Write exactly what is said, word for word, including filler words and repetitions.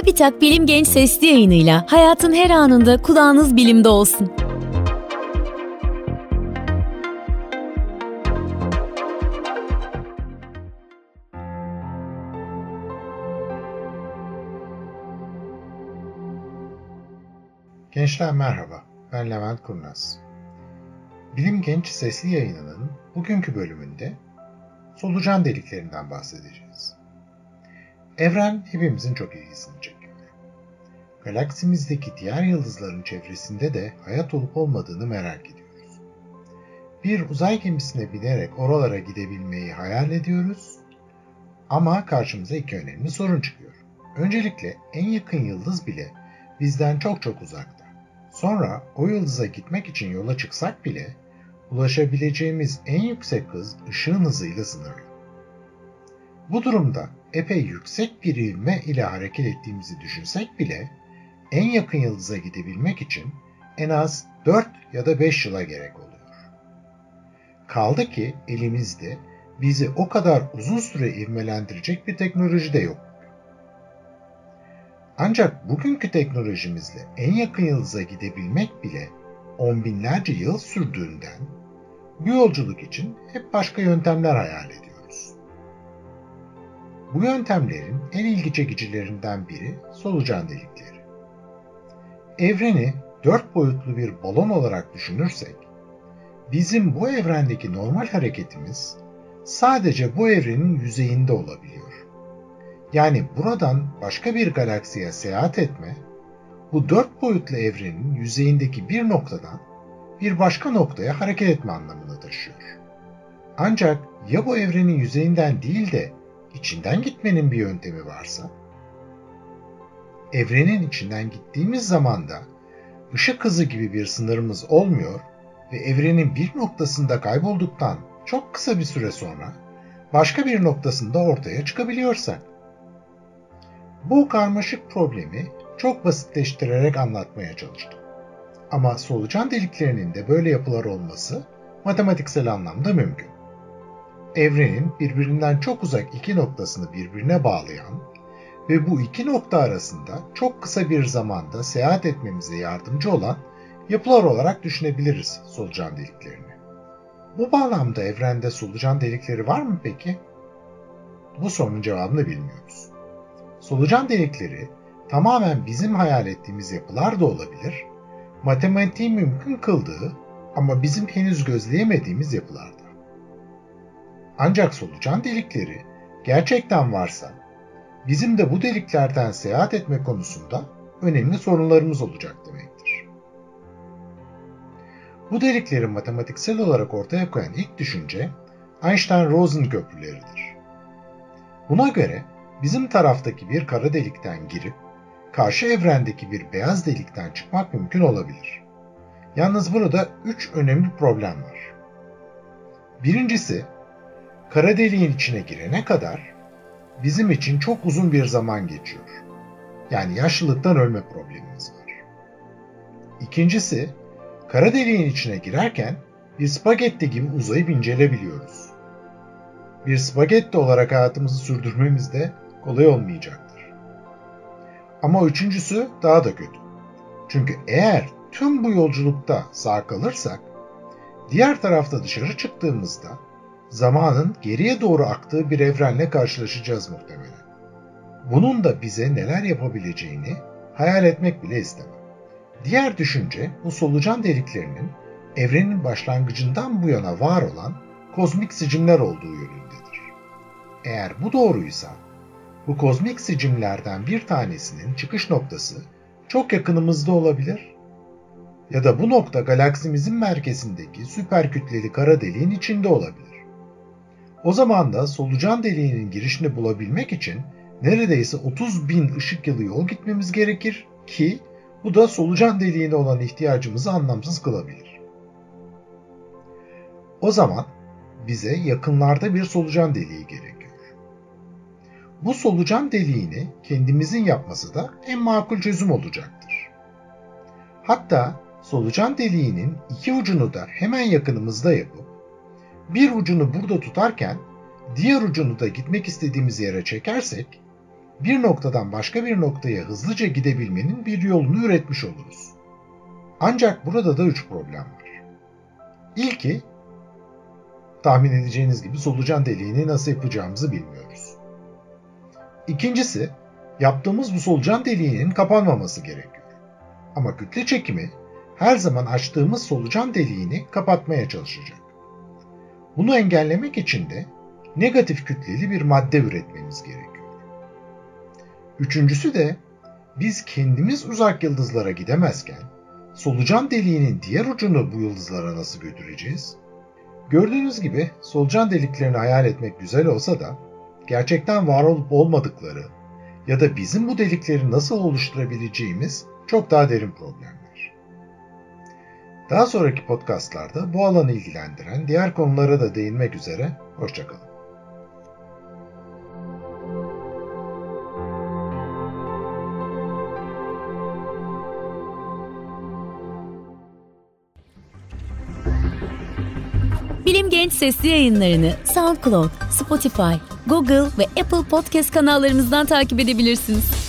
Çubitak Bilim Genç sesli yayınıyla hayatın her anında kulağınız bilimde olsun. Gençler merhaba, ben Levent Kurnaz. Bilim Genç sesli yayınının bugünkü bölümünde solucan deliklerinden bahsedeceğiz. Evren hepimizin çok ilgisini çekiyor. Galaksimizdeki diğer yıldızların çevresinde de hayat olup olmadığını merak ediyoruz. Bir uzay gemisine binerek oralara gidebilmeyi hayal ediyoruz ama karşımıza iki önemli sorun çıkıyor. Öncelikle en yakın yıldız bile bizden çok çok uzakta. Sonra o yıldıza gitmek için yola çıksak bile ulaşabileceğimiz en yüksek hız ışığın hızıyla sınırlı. Bu durumda epey yüksek bir ivme ile hareket ettiğimizi düşünsek bile en yakın yıldıza gidebilmek için en az dört ya da beş yıla gerek oluyor. Kaldı ki elimizde bizi o kadar uzun süre ivmelendirecek bir teknoloji de yok. Ancak bugünkü teknolojimizle en yakın yıldıza gidebilmek bile on binlerce yıl sürdüğünden bu yolculuk için hep başka yöntemler hayal ediyoruz. Bu yöntemlerin en ilgi çekicilerinden biri solucan delikleri. Evreni dört boyutlu bir balon olarak düşünürsek, bizim bu evrendeki normal hareketimiz sadece bu evrenin yüzeyinde olabiliyor. Yani buradan başka bir galaksiye seyahat etme, bu dört boyutlu evrenin yüzeyindeki bir noktadan bir başka noktaya hareket etme anlamına taşıyor. Ancak ya bu evrenin yüzeyinden değil de içinden gitmenin bir yöntemi varsa? Evrenin içinden gittiğimiz zaman da ışık hızı gibi bir sınırımız olmuyor ve evrenin bir noktasında kaybolduktan çok kısa bir süre sonra başka bir noktasında ortaya çıkabiliyorsak. Bu karmaşık problemi çok basitleştirerek anlatmaya çalıştım. Ama solucan deliklerinin de böyle yapılar olması matematiksel anlamda mümkün. Evrenin birbirinden çok uzak iki noktasını birbirine bağlayan ve bu iki nokta arasında çok kısa bir zamanda seyahat etmemize yardımcı olan yapılar olarak düşünebiliriz solucan deliklerini. Bu bağlamda evrende solucan delikleri var mı peki? Bu sorunun cevabını bilmiyoruz. Solucan delikleri tamamen bizim hayal ettiğimiz yapılar da olabilir, matematiğin mümkün kıldığı ama bizim henüz gözleyemediğimiz yapılarda. Ancak solucan delikleri gerçekten varsa, bizim de bu deliklerden seyahat etme konusunda önemli sorunlarımız olacak demektir. Bu delikleri matematiksel olarak ortaya koyan ilk düşünce Einstein-Rosen köprüleridir. Buna göre bizim taraftaki bir kara delikten girip karşı evrendeki bir beyaz delikten çıkmak mümkün olabilir. Yalnız burada üç önemli problem var. Birincisi, kara deliğin içine girene kadar bizim için çok uzun bir zaman geçiyor. Yani yaşlılıktan ölme problemimiz var. İkincisi, kara deliğin içine girerken bir spagetti gibi uzayıp incelebiliyoruz. Bir spagetti olarak hayatımızı sürdürmemiz de kolay olmayacaktır. Ama üçüncüsü daha da kötü. Çünkü eğer tüm bu yolculukta sağ kalırsak, diğer tarafta dışarı çıktığımızda zamanın geriye doğru aktığı bir evrenle karşılaşacağız muhtemelen. Bunun da bize neler yapabileceğini hayal etmek bile istemem. Diğer düşünce bu solucan deliklerinin evrenin başlangıcından bu yana var olan kozmik sicimler olduğu yönündedir. Eğer bu doğruysa, bu kozmik sicimlerden bir tanesinin çıkış noktası çok yakınımızda olabilir ya da bu nokta galaksimizin merkezindeki süperkütleli kara deliğin içinde olabilir. O zaman da solucan deliğinin girişini bulabilmek için neredeyse otuz bin ışık yılı yol gitmemiz gerekir ki bu da solucan deliğine olan ihtiyacımızı anlamsız kılabilir. O zaman bize yakınlarda bir solucan deliği gerekiyor. Bu solucan deliğini kendimizin yapması da en makul çözüm olacaktır. Hatta solucan deliğinin iki ucunu da hemen yakınımızda yapıp, bir ucunu burada tutarken diğer ucunu da gitmek istediğimiz yere çekersek, bir noktadan başka bir noktaya hızlıca gidebilmenin bir yolunu üretmiş oluruz. Ancak burada da üç problem var. İlki, tahmin edeceğiniz gibi solucan deliğini nasıl yapacağımızı bilmiyoruz. İkincisi, yaptığımız bu solucan deliğinin kapanmaması gerekiyor. Ama kütle çekimi her zaman açtığımız solucan deliğini kapatmaya çalışacak. Bunu engellemek için de negatif kütleli bir madde üretmemiz gerekiyor. Üçüncüsü de biz kendimiz uzak yıldızlara gidemezken solucan deliğinin diğer ucunu bu yıldızlara nasıl götüreceğiz? Gördüğünüz gibi solucan deliklerini hayal etmek güzel olsa da gerçekten var olup olmadıkları ya da bizim bu delikleri nasıl oluşturabileceğimiz çok daha derin problemler. Daha sonraki podcastlarda bu alanı ilgilendiren diğer konulara da değinmek üzere, hoşça kalın. Bilim Genç sesli yayınlarını SoundCloud, Spotify, Google ve Apple Podcast kanallarımızdan takip edebilirsiniz.